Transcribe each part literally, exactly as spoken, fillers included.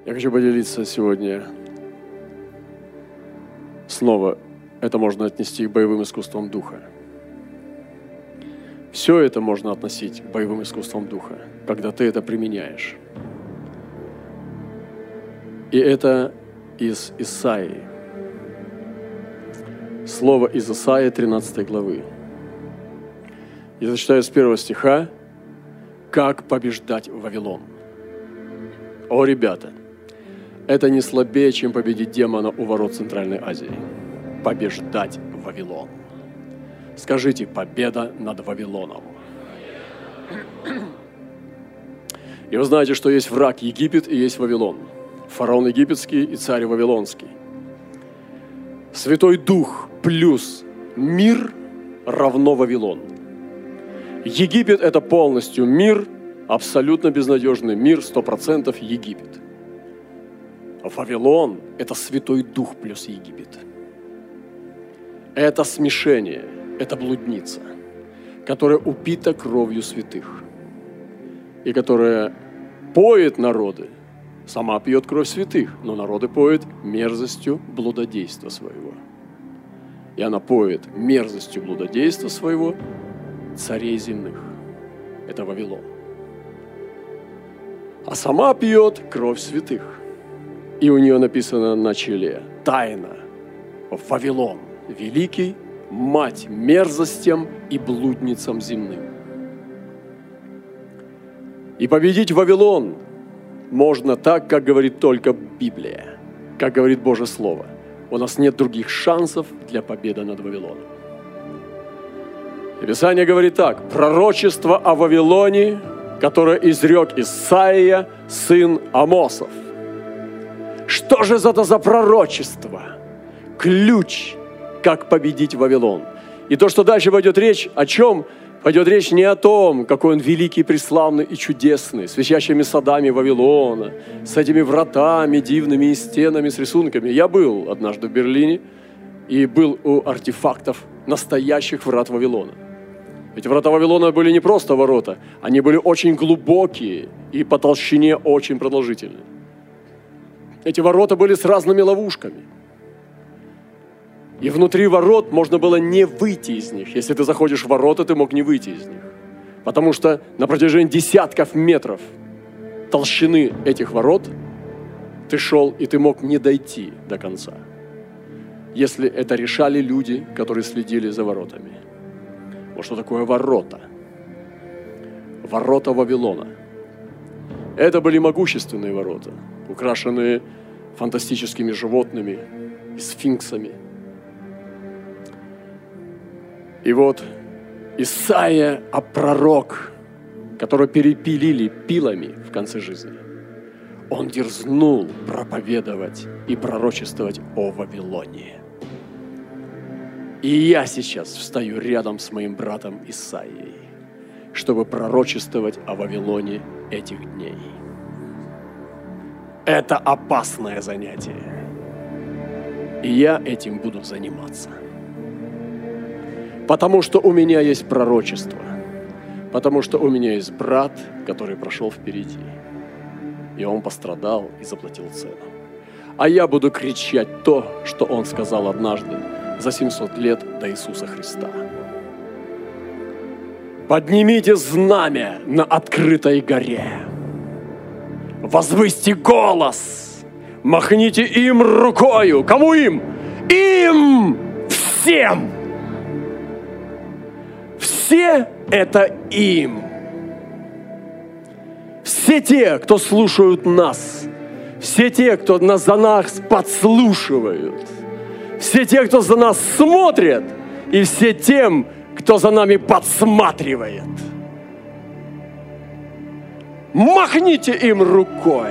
Я хочу поделиться сегодня. Снова это можно отнести к боевым искусствам духа. Все это можно относить к боевым искусствам духа, когда ты это применяешь. И это из Исаии. Слово из Исаии тринадцатой главы. Я зачитаю с первого стиха. «Как побеждать Вавилон». О, ребята, это не слабее, чем победить демона у ворот Центральной Азии. Побеждать Вавилон. Скажите: победа над Вавилоном. И вы знаете, что есть враг Египет и есть Вавилон. Фараон египетский и царь вавилонский. Святой Дух плюс мир равно Вавилон. Египет – это полностью мир, абсолютно безнадежный мир, сто процентов Египет. А Вавилон – это Святой Дух плюс Египет. Это смешение, это блудница, которая упита кровью святых и которая поет народы. Сама пьет кровь святых, но народы поет мерзостью блудодейства своего. И она поет мерзостью блудодейства своего царей земных. Это Вавилон. А сама пьет кровь святых. И у нее написано на челе: тайна, Вавилон, великий, мать мерзостям и блудницам земным. И победить Вавилон можно так, как говорит только Библия, как говорит Божье Слово. У нас нет других шансов для победы над Вавилоном. И Писание говорит так: пророчество о Вавилоне, которое изрек Исаия, сын Амосов. Что же это за пророчество? Ключ, как победить Вавилон. И то, что дальше пойдет речь, о чем? Пойдет речь не о том, какой он великий, преславный и чудесный, с висящими садами Вавилона, с этими вратами дивными и стенами, с рисунками. Я был однажды в Берлине и был у артефактов настоящих врат Вавилона. Эти врата Вавилона были не просто ворота, они были очень глубокие и по толщине очень продолжительные. Эти ворота были с разными ловушками. И внутри ворот можно было не выйти из них. Если ты заходишь в ворота, ты мог не выйти из них. Потому что на протяжении десятков метров толщины этих ворот ты шел, и ты мог не дойти до конца. Если это решали люди, которые следили за воротами. Вот что такое ворота? Ворота Вавилона. Это были могущественные ворота, украшенные фантастическими животными и сфинксами. И вот Исаия, а пророк, которого перепилили пилами в конце жизни, он дерзнул проповедовать и пророчествовать о Вавилоне. И я сейчас встаю рядом с моим братом Исаией, чтобы пророчествовать о Вавилоне этих дней. Это опасное занятие. И я этим буду заниматься. Потому что у меня есть пророчество. Потому что у меня есть брат, который прошел впереди. И он пострадал и заплатил цену. А я буду кричать то, что он сказал однажды за семьсот лет до Иисуса Христа. Поднимите знамя на открытой горе. Возвысьте голос. Махните им рукою. Кому им? Им всем. Все это им. Все те, кто слушают нас. Все те, кто нас, за нас подслушивают. Все те, кто за нас смотрят. И все тем, кто за нами подсматривает. Махните им рукой.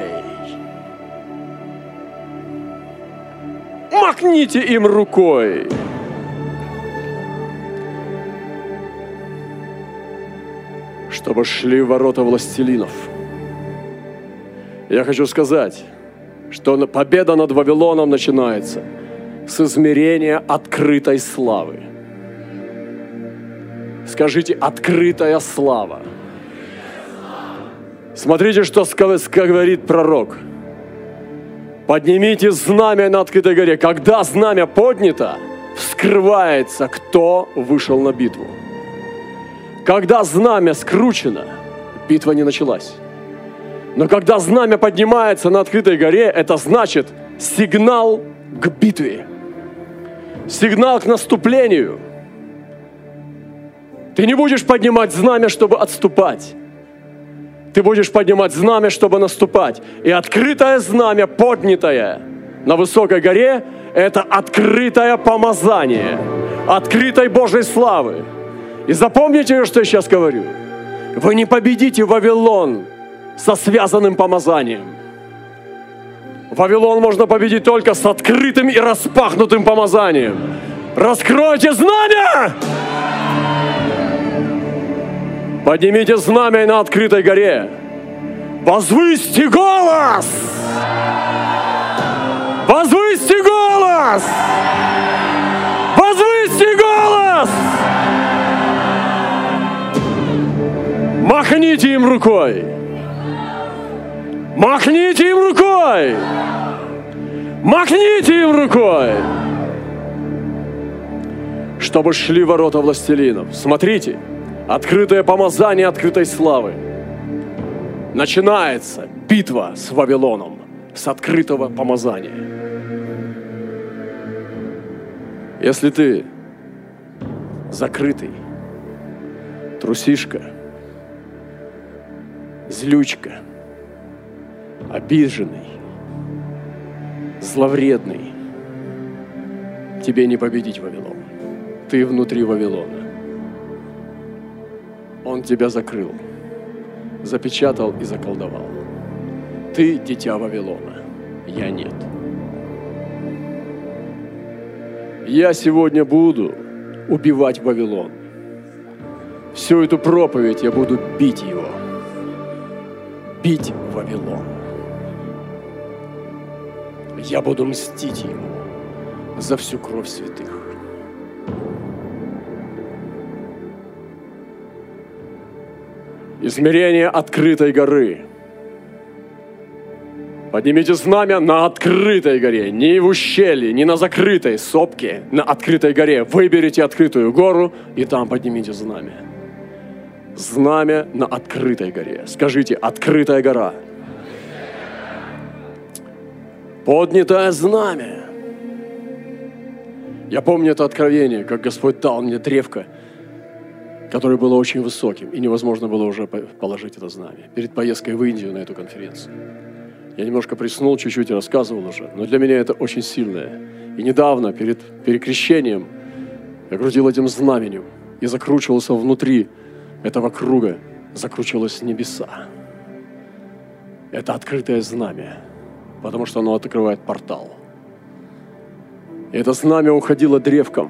Махните им рукой. Чтобы шли в ворота властелинов. Я хочу сказать, что победа над Вавилоном начинается с измерения открытой славы. Скажите: открытая слава. Смотрите, что говорит пророк. Поднимите знамя на открытой горе. Когда знамя поднято, вскрывается, кто вышел на битву. Когда знамя скручено, битва не началась. Но когда знамя поднимается на открытой горе, это значит сигнал к битве. Сигнал к наступлению. Ты не будешь поднимать знамя, чтобы отступать. Ты будешь поднимать знамя, чтобы наступать. И открытое знамя, поднятое на высокой горе, это открытое помазание, открытой Божьей славы. И запомните, что я сейчас говорю. Вы не победите Вавилон со связанным помазанием. Вавилон можно победить только с открытым и распахнутым помазанием. Раскройте знамя! Поднимите знамя на открытой горе. Возвысьте голос! Возвысьте голос! Возвысьте голос! Махните им рукой! Махните им рукой! Махните им рукой! Чтобы шли ворота властелинов. Смотрите, открытое помазание открытой славы. Начинается битва с Вавилоном с открытого помазания. Если ты закрытый, трусишка, злючка, обиженный, зловредный, тебе не победить Вавилон. Ты внутри Вавилона. Он тебя закрыл, запечатал и заколдовал. Ты дитя Вавилона, я нет. Я сегодня буду убивать Вавилон. Всю эту проповедь я буду бить его. Бить Вавилон. Я буду мстить ему за всю кровь святых. Измерение открытой горы. Поднимите знамя на открытой горе, не в ущелье, не на закрытой сопке, на открытой горе. Выберите открытую гору и там поднимите знамя. Знамя на открытой горе. Скажите, открытая гора. Поднятое знамя. Я помню это откровение, как Господь дал мне древко, которое было очень высоким, и невозможно было уже положить это знамя. Перед поездкой в Индию на эту конференцию. Я немножко приснул, чуть-чуть рассказывал уже, но для меня это очень сильное. И недавно, перед перекрещением, я крутил этим знаменем и закручивался внутри этого круга, закручивалось небеса. Это открытое знамя, потому что оно открывает портал. И это знамя уходило древком,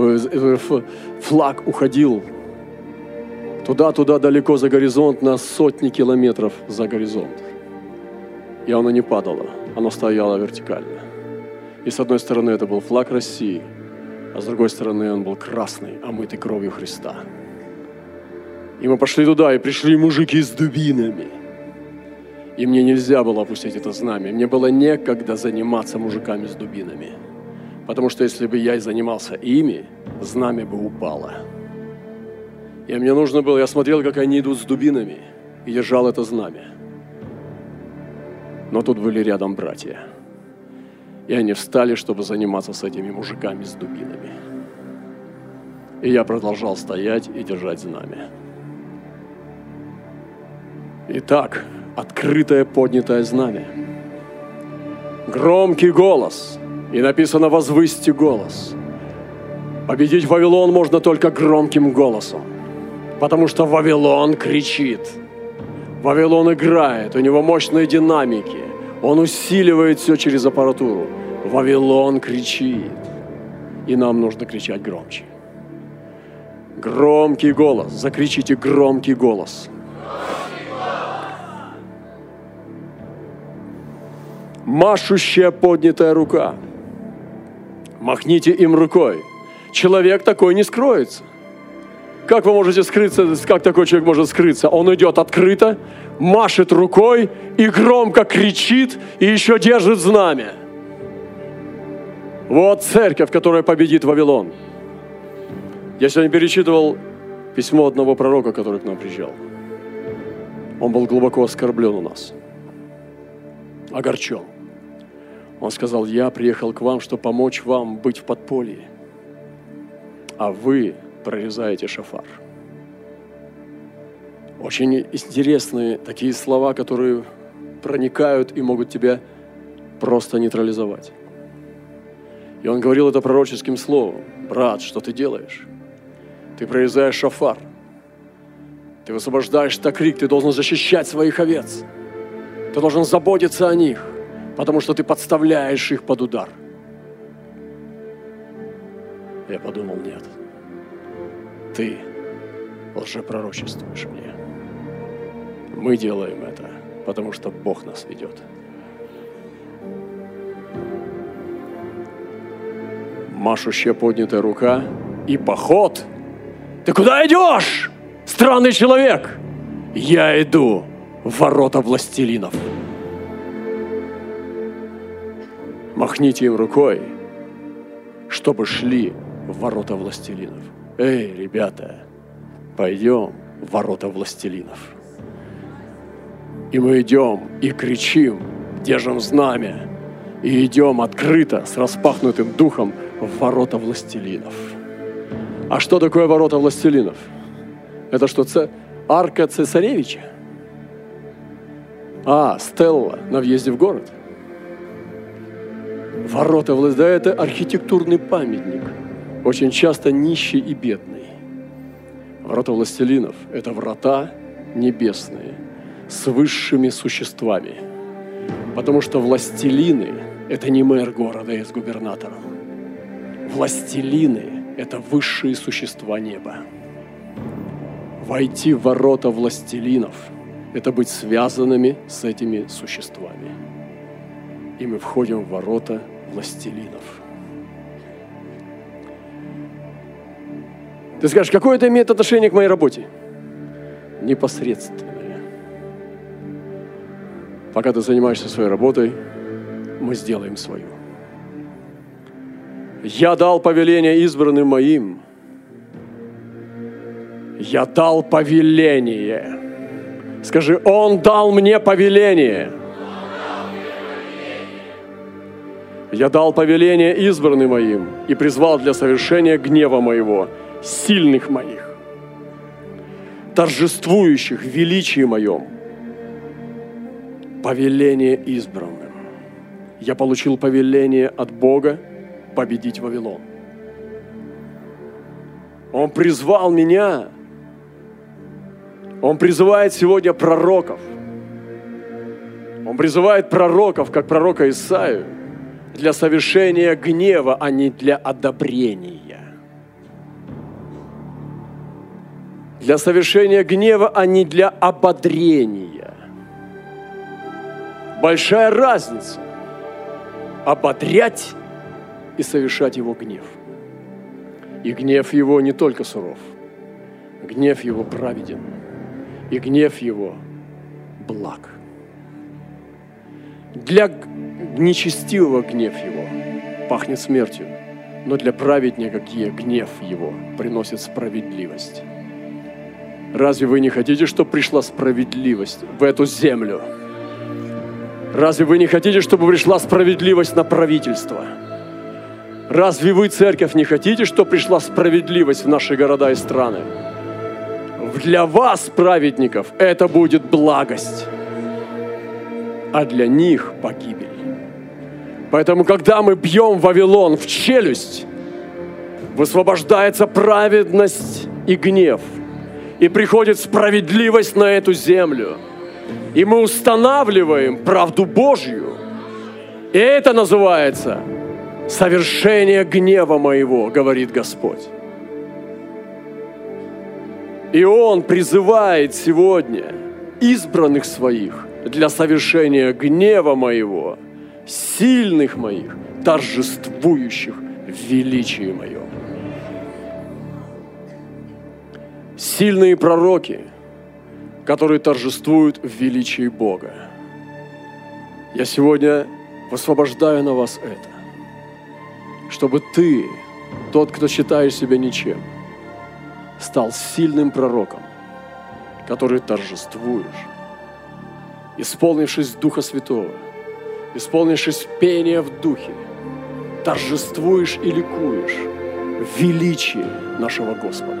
флаг уходил туда-туда далеко за горизонт, на сотни километров за горизонт. И оно не падало, оно стояло вертикально. И с одной стороны это был флаг России, а с другой стороны он был красный, омытый кровью Христа. И мы пошли туда, и пришли мужики с дубинами. И мне нельзя было опустить это знамя. Мне было некогда заниматься мужиками с дубинами. Потому что если бы я и занимался ими, знамя бы упало. И мне нужно было, я смотрел, как они идут с дубинами, и держал это знамя. Но тут были рядом братья. И они встали, чтобы заниматься с этими мужиками с дубинами. И я продолжал стоять и держать знамя. Итак, открытое поднятое знамя. Громкий голос. И написано «возвысьте голос». Победить Вавилон можно только громким голосом. Потому что Вавилон кричит. Вавилон играет, у него мощные динамики. Он усиливает все через аппаратуру. Вавилон кричит. И нам нужно кричать громче. Громкий голос. Закричите громкий голос. Машущая поднятая рука. Махните им рукой. Человек такой не скроется. Как вы можете скрыться? Как такой человек может скрыться? Он идет открыто, машет рукой и громко кричит, и еще держит знамя. Вот церковь, которая победит Вавилон. Я сегодня перечитывал письмо одного пророка, который к нам приезжал. Он был глубоко оскорблен у нас, огорчен. Он сказал: я приехал к вам, чтобы помочь вам быть в подполье, а вы прорезаете шофар. Очень интересные такие слова, которые проникают и могут тебя просто нейтрализовать. И он говорил это пророческим словом: брат, что ты делаешь? Ты прорезаешь шофар. Ты высвобождаешь такрик, ты должен защищать своих овец. Ты должен заботиться о них, потому что ты подставляешь их под удар. Я подумал: нет, ты лжепророчествуешь мне. Мы делаем это, потому что Бог нас ведет. Машущая поднятая рука и поход. Ты куда идешь, странный человек? Я иду в ворота властелинов. Махните им рукой, чтобы шли в ворота властелинов. Эй, ребята, пойдем в ворота властелинов. И мы идем и кричим, держим знамя, и идем открыто, с распахнутым духом, в ворота властелинов. А что такое ворота властелинов? Это что, ц... арка цесаревича? А, стелла на въезде в город? Ворота властелинов, да, это архитектурный памятник, очень часто нищий и бедный. Ворота властелинов – это врата небесные с высшими существами. Потому что властелины – это не мэр города и с губернатором. Властелины – это высшие существа неба. Войти в ворота властелинов – это быть связанными с этими существами. И мы входим в ворота властелинов. Ты скажешь, какое это имеет отношение к моей работе? Непосредственное. Пока ты занимаешься своей работой, мы сделаем свою. Я дал повеление избранным моим. Я дал повеление. Скажи, Он дал мне повеление. Я дал повеление избранным моим и призвал для совершения гнева моего сильных моих, торжествующих в величии моем. Повеление избранным. Я получил повеление от Бога победить Вавилон. Он призвал меня. Он призывает сегодня пророков. Он призывает пророков, как пророка Исаию, для совершения гнева, а не для одобрения. Для совершения гнева, а не для ободрения. Большая разница – ободрять и совершать его гнев. И гнев его не только суров, гнев его праведен, и гнев его благ. Для нечестивого гнев его пахнет смертью, но для праведника гнев его приносит справедливость. Разве вы не хотите, чтобы пришла справедливость в эту землю? Разве вы не хотите, чтобы пришла справедливость на правительство? Разве вы, церковь, не хотите, чтобы пришла справедливость в наши города и страны? Для вас, праведников, это будет благость, а для них погибель. Поэтому, когда мы бьем Вавилон в челюсть, высвобождается праведность и гнев, и приходит справедливость на эту землю. И мы устанавливаем правду Божью. И это называется совершение гнева моего, говорит Господь. И Он призывает сегодня избранных своих для совершения гнева моего, сильных моих, торжествующих в величии моем. сильные пророки, которые торжествуют в величии Бога. Я сегодня высвобождаю на вас это, чтобы ты, тот, кто считаешь себя ничем, стал сильным пророком, который торжествуешь, исполнившись Духа Святого, исполнившись пения в Духе, торжествуешь и ликуешь в величии нашего Господа.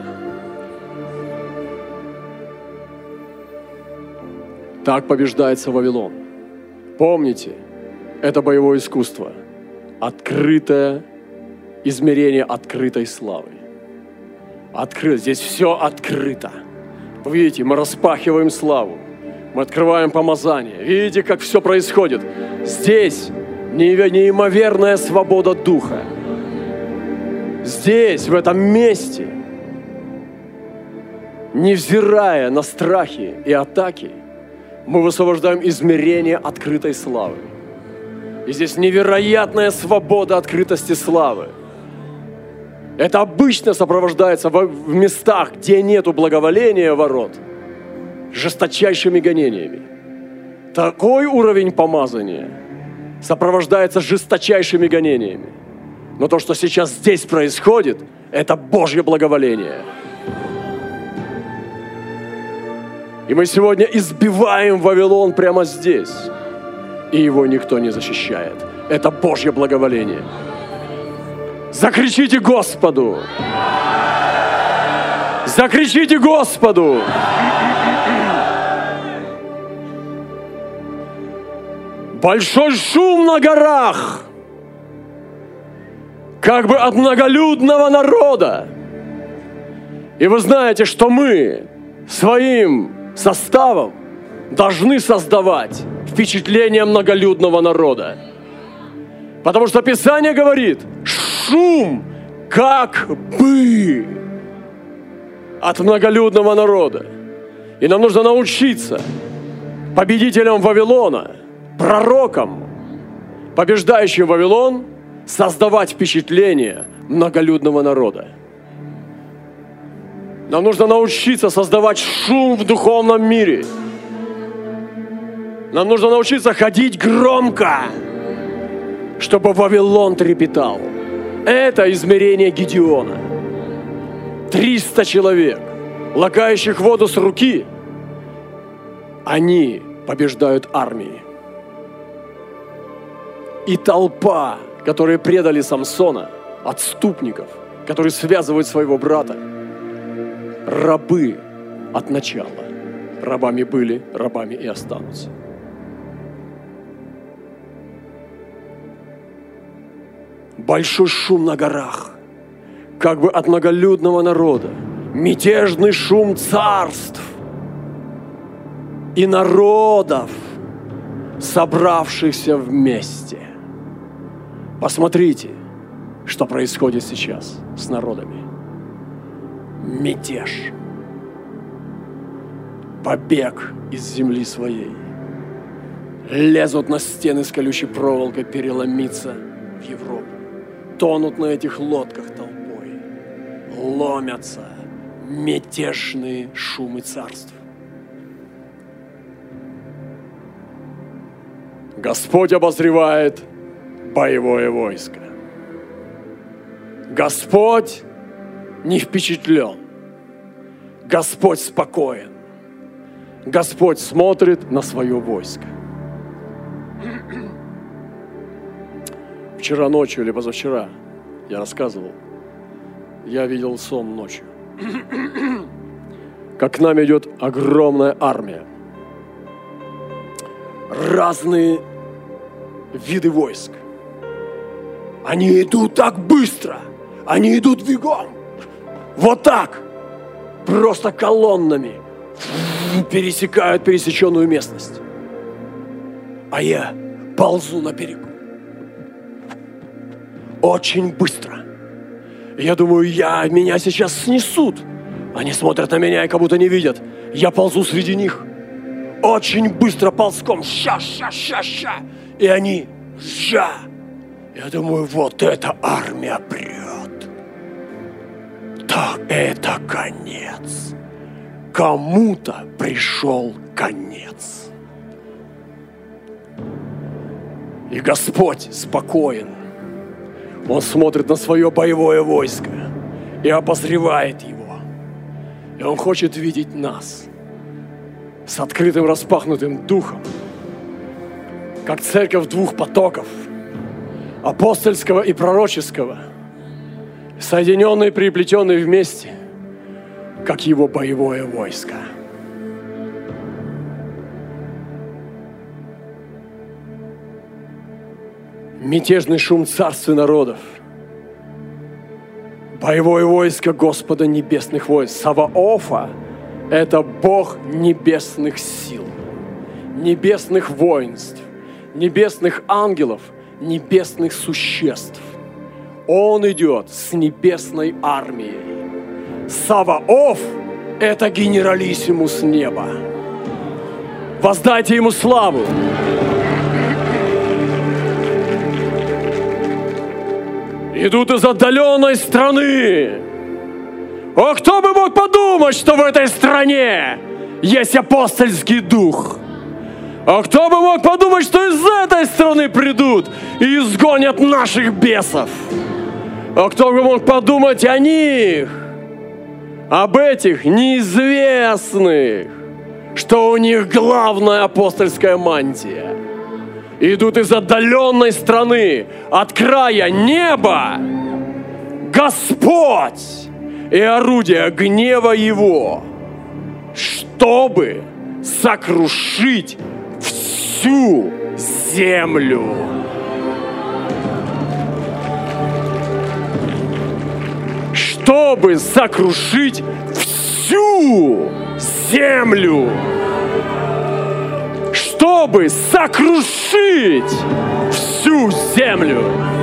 Так побеждается Вавилон. Помните, это боевое искусство, открытое измерение открытой славы. Открыто. Здесь все открыто. Вы видите, мы распахиваем славу, мы открываем помазание. Видите, как все происходит? Здесь неимоверная свобода духа. Здесь, в этом месте, невзирая на страхи и атаки, мы высвобождаем измерение открытой славы. И здесь невероятная свобода открытости славы. Это обычно сопровождается в местах, где нету благоволения ворот, жесточайшими гонениями. Такой уровень помазания сопровождается жесточайшими гонениями. Но то, что сейчас здесь происходит, это Божье благоволение. И мы сегодня избиваем Вавилон прямо здесь. И его никто не защищает. Это Божье благоволение. Закричите Господу! Закричите Господу! Большой шум на горах, как бы от многолюдного народа. И вы знаете, что мы своим составом должны создавать впечатление многолюдного народа. Потому что Писание говорит, шум как бы от многолюдного народа. И нам нужно научиться победителям Вавилона, пророкам, побеждающим Вавилон, создавать впечатление многолюдного народа. Нам нужно научиться создавать шум в духовном мире. Нам нужно научиться ходить громко, чтобы Вавилон трепетал. Это измерение Гедеона. Триста человек, лакающих воду с руки, они побеждают армии. И толпа, которые предали Самсона, отступников, которые связывают своего брата, рабы от начала. Рабами были, рабами и останутся. Большой шум на горах, как бы от многолюдного народа. Мятежный шум царств и народов, собравшихся вместе. Посмотрите, что происходит сейчас с народами. Мятеж. Побег из земли своей. Лезут на стены с колючей проволокой переломиться в Европу. Тонут на этих лодках толпой. Ломятся мятежные шумы царств. Господь обозревает боевое войско. Господь не впечатлен. Господь спокоен. Господь смотрит на свое войско. Вчера ночью или позавчера я рассказывал, я видел сон ночью, как к нам идет огромная армия. Разные виды войск. Они идут так быстро. Они идут бегом. Вот так. Просто колоннами пересекают пересеченную местность. А я ползу на берегу. Очень быстро. Я думаю, я, меня сейчас снесут. Они смотрят на меня и как будто не видят. Я ползу среди них. Очень быстро ползком. Ща, ща, ща, ща. И они ща. Я думаю, вот эта армия прет. Так, это конец. кому-то пришел конец. И Господь спокоен. Он смотрит на свое боевое войско и обозревает его. И Он хочет видеть нас с открытым, распахнутым духом, как церковь двух потоков, апостольского и пророческого, соединенные и переплетенные вместе, как Его боевое войско. Мятежный шум царств и народов, боевое войско Господа небесных войск, Саваофа, это Бог небесных сил, небесных воинств, небесных ангелов, небесных существ. Он идет с небесной армией. Саваоф – это генералиссимус неба. Воздайте Ему славу! Идут из отдаленной страны. О, кто бы мог подумать, что в этой стране есть апостольский дух? А кто бы мог подумать, что из этой страны придут и изгонят наших бесов? А кто бы мог подумать о них, об этих неизвестных, что у них главная апостольская мантия? Идут из отдаленной страны, от края неба, Господь и орудие гнева Его, чтобы сокрушить всю землю. Чтобы сокрушить всю землю. Чтобы сокрушить всю землю.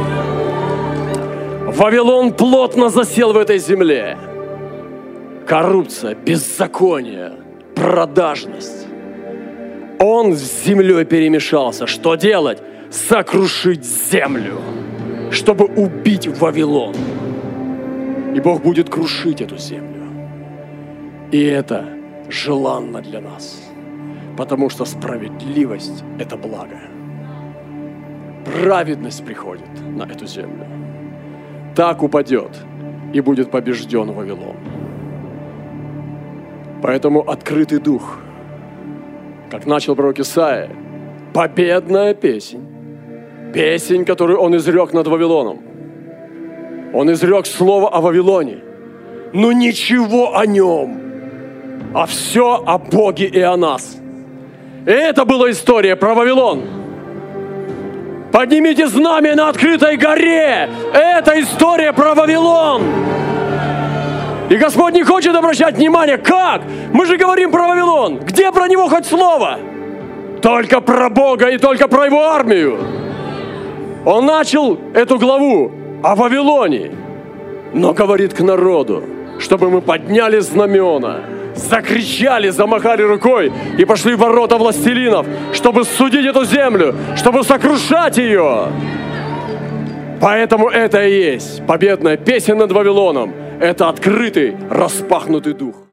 Вавилон плотно засел в этой земле. Коррупция, беззаконие, продажность. Он с землей перемешался. Что делать? Сокрушить землю, чтобы убить Вавилон. И Бог будет крушить эту землю. И это желанно для нас. Потому что справедливость – это благо. Праведность приходит на эту землю. Так упадет и будет побежден Вавилон. Поэтому открытый дух, как начал пророк Исаия, победная песнь, песнь, которую он изрек над Вавилоном. Он изрек слово о Вавилоне, но ничего о нем, а все о Боге и о нас. И это была история про Вавилон. Поднимите знамя на открытой горе. Это история про Вавилон. И Господь не хочет обращать внимание. Как? Мы же говорим про Вавилон. Где про него хоть слово? Только про Бога и только про Его армию. Он начал эту главу о Вавилоне, но говорит к народу, чтобы мы подняли знамена, закричали, замахали рукой и пошли в ворота властелинов, чтобы судить эту землю, чтобы сокрушать ее. Поэтому это и есть победная песня над Вавилоном. Это открытый, распахнутый дух.